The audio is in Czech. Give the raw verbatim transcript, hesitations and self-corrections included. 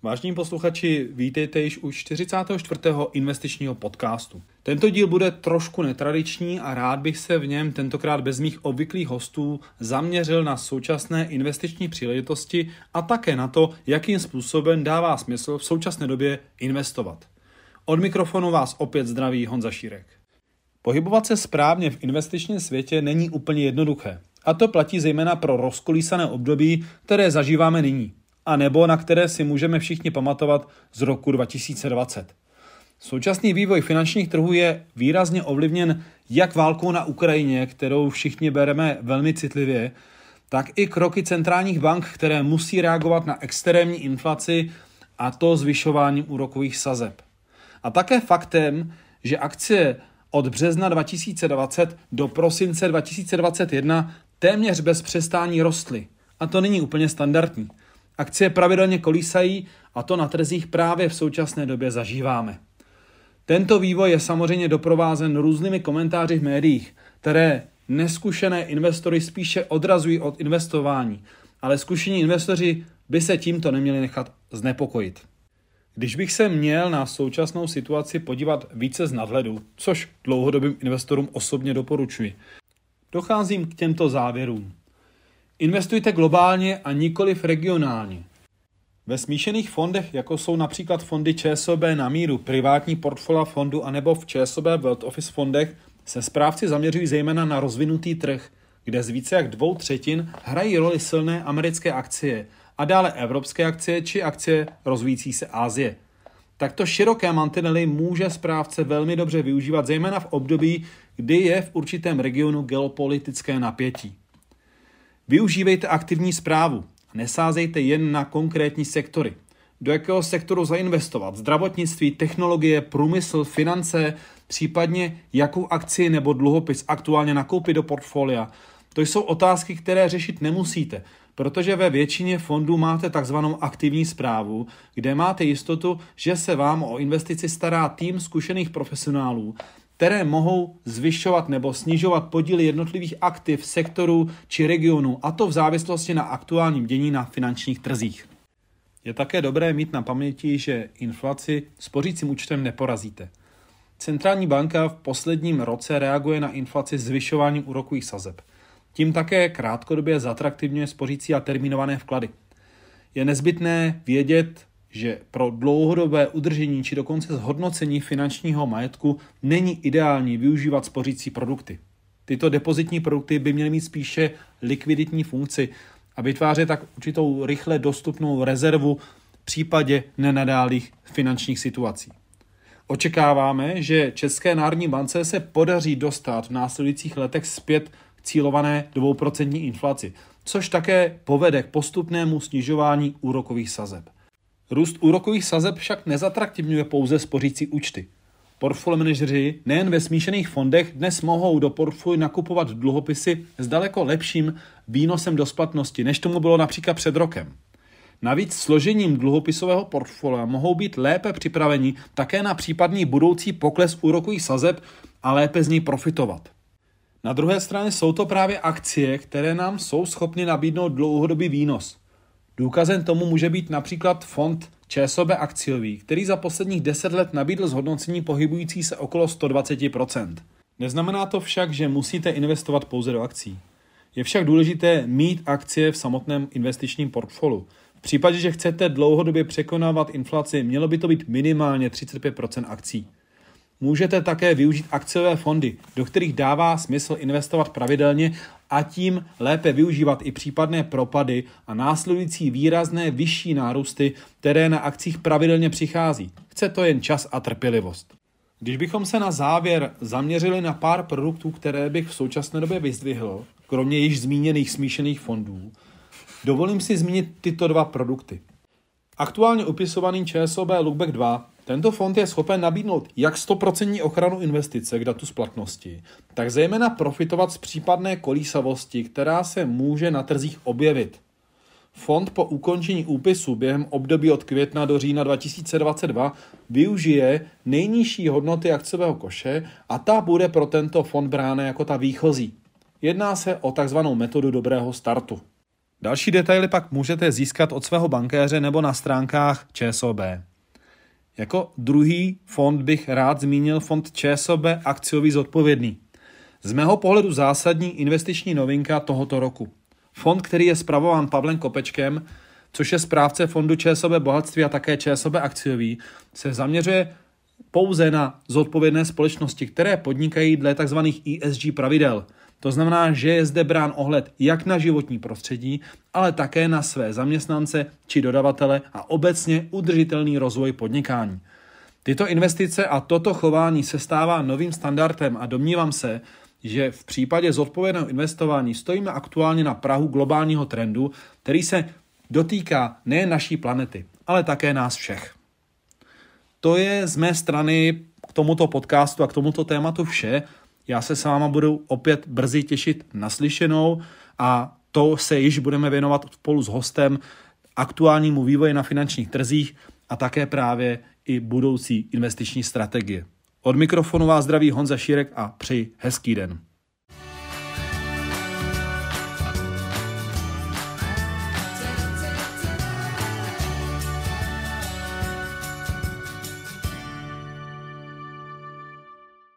Vážení posluchači, vítejte již u čtyřicátého čtvrtého investičního podcastu. Tento díl bude trošku netradiční a rád bych se v něm tentokrát bez mých obvyklých hostů zaměřil na současné investiční příležitosti a také na to, jakým způsobem dává smysl v současné době investovat. Od mikrofonu vás opět zdraví Honza Šírek. Pohybovat se správně v investičním světě není úplně jednoduché. A to platí zejména pro rozkolísané období, které zažíváme nyní. A nebo na které si můžeme všichni pamatovat z roku dva tisíce dvacet. Současný vývoj finančních trhů je výrazně ovlivněn jak válkou na Ukrajině, kterou všichni bereme velmi citlivě, tak i kroky centrálních bank, které musí reagovat na extrémní inflaci a to zvyšováním úrokových sazeb. A také faktem, že akcie od března dva tisíce dvacet do prosince dva tisíce dvacet jedna téměř bez přestání rostly. A to není úplně standardní. Akcie pravidelně kolísají a to na trzích právě v současné době zažíváme. Tento vývoj je samozřejmě doprovázen různými komentáři v médiích, které neskušené investory spíše odrazují od investování, ale zkušení investoři by se tímto neměli nechat znepokojit. Když bych se měl na současnou situaci podívat více z nadhledu, což dlouhodobým investorům osobně doporučuji, docházím k těmto závěrům. Investujte globálně a nikoliv regionálně. Ve smíšených fondech, jako jsou například fondy ČSOB na míru, privátní portfolia fondu anebo v ČSOB World Office fondech, se správci zaměřují zejména na rozvinutý trh, kde z více jak dvou třetin hrají roli silné americké akcie a dále evropské akcie či akcie rozvíjící se Asie. Takto široké mantinely může správce velmi dobře využívat zejména v období, kdy je v určitém regionu geopolitické napětí. Využívejte aktivní správu. Nesázejte jen na konkrétní sektory. Do jakého sektoru zainvestovat? Zdravotnictví, technologie, průmysl, finance, případně jakou akci nebo dluhopis aktuálně nakoupit do portfolia. To jsou otázky, které řešit nemusíte, protože ve většině fondů máte takzvanou aktivní správu, kde máte jistotu, že se vám o investici stará tým zkušených profesionálů, které mohou zvyšovat nebo snižovat podíly jednotlivých aktiv, sektorů či regionů, a to v závislosti na aktuálním dění na finančních trzích. Je také dobré mít na paměti, že inflaci spořícím účtem neporazíte. Centrální banka v posledním roce reaguje na inflaci zvyšováním úrokových sazeb. Tím také krátkodobě zatraktivňuje spořící a termínované vklady. Je nezbytné vědět, že pro dlouhodobé udržení či dokonce zhodnocení finančního majetku není ideální využívat spořící produkty. Tyto depozitní produkty by měly mít spíše likviditní funkci a vytvářet tak určitou rychle dostupnou rezervu v případě nenadálých finančních situací. Očekáváme, že České národní bance se podaří dostat v následujících letech zpět k cílované dvouprocentní inflaci, což také povede k postupnému snižování úrokových sazeb. Růst úrokových sazeb však nezatraktivňuje pouze spořící účty. Portfolio manažeři nejen ve smíšených fondech dnes mohou do portfolií nakupovat dluhopisy s daleko lepším výnosem do splatnosti, než tomu bylo například před rokem. Navíc složením dluhopisového portfolia mohou být lépe připraveni také na případný budoucí pokles úrokových sazeb a lépe z ní profitovat. Na druhé straně jsou to právě akcie, které nám jsou schopny nabídnout dlouhodobý výnos. Důkazem tomu může být například fond ČSOB akciový, který za posledních deset let nabídl zhodnocení pohybující se okolo sto dvacet procent. Neznamená to však, že musíte investovat pouze do akcí. Je však důležité mít akcie v samotném investičním portfoliu. V případě, že chcete dlouhodobě překonávat inflaci, mělo by to být minimálně třicet pět procent akcí. Můžete také využít akciové fondy, do kterých dává smysl investovat pravidelně a tím lépe využívat i případné propady a následující výrazné vyšší nárůsty, které na akcích pravidelně přichází. Chce to jen čas a trpělivost. Když bychom se na závěr zaměřili na pár produktů, které bych v současné době vyzdvihl, kromě již zmíněných smíšených fondů, dovolím si zmínit tyto dva produkty. Aktuálně upisovaný ČSOB Lookback dva. Tento fond je schopen nabídnout jak sto procent ochranu investice k datu splatnosti, tak zejména profitovat z případné kolísavosti, která se může na trzích objevit. Fond po ukončení úpisu během období od května do října dva tisíce dvacet dva využije nejnižší hodnoty akciového koše a ta bude pro tento fond brána jako ta výchozí. Jedná se o takzvanou metodu dobrého startu. Další detaily pak můžete získat od svého bankéře nebo na stránkách ČSOB. Jako druhý fond bych rád zmínil fond ČSOB akciový zodpovědný. Z mého pohledu zásadní investiční novinka tohoto roku. Fond, který je spravován Pavlem Kopečkem, což je správce fondu ČSOB bohatství a také ČSOB akciový, se zaměřuje pouze na zodpovědné společnosti, které podnikají dle tzv. E S G pravidel. To znamená, že je zde brán ohled jak na životní prostředí, ale také na své zaměstnance či dodavatele a obecně udržitelný rozvoj podnikání. Tyto investice a toto chování se stává novým standardem a domnívám se, že v případě zodpovědného investování stojíme aktuálně na prahu globálního trendu, který se dotýká nejen naší planety, ale také nás všech. To je z mé strany k tomuto podcastu a k tomuto tématu vše. Já se s váma budu opět brzy těšit na slyšenou a to se již budeme věnovat spolu s hostem aktuálnímu vývoji na finančních trzích a také právě i budoucí investiční strategie. Od mikrofonu vás zdraví Honza Šírek a přeji hezký den.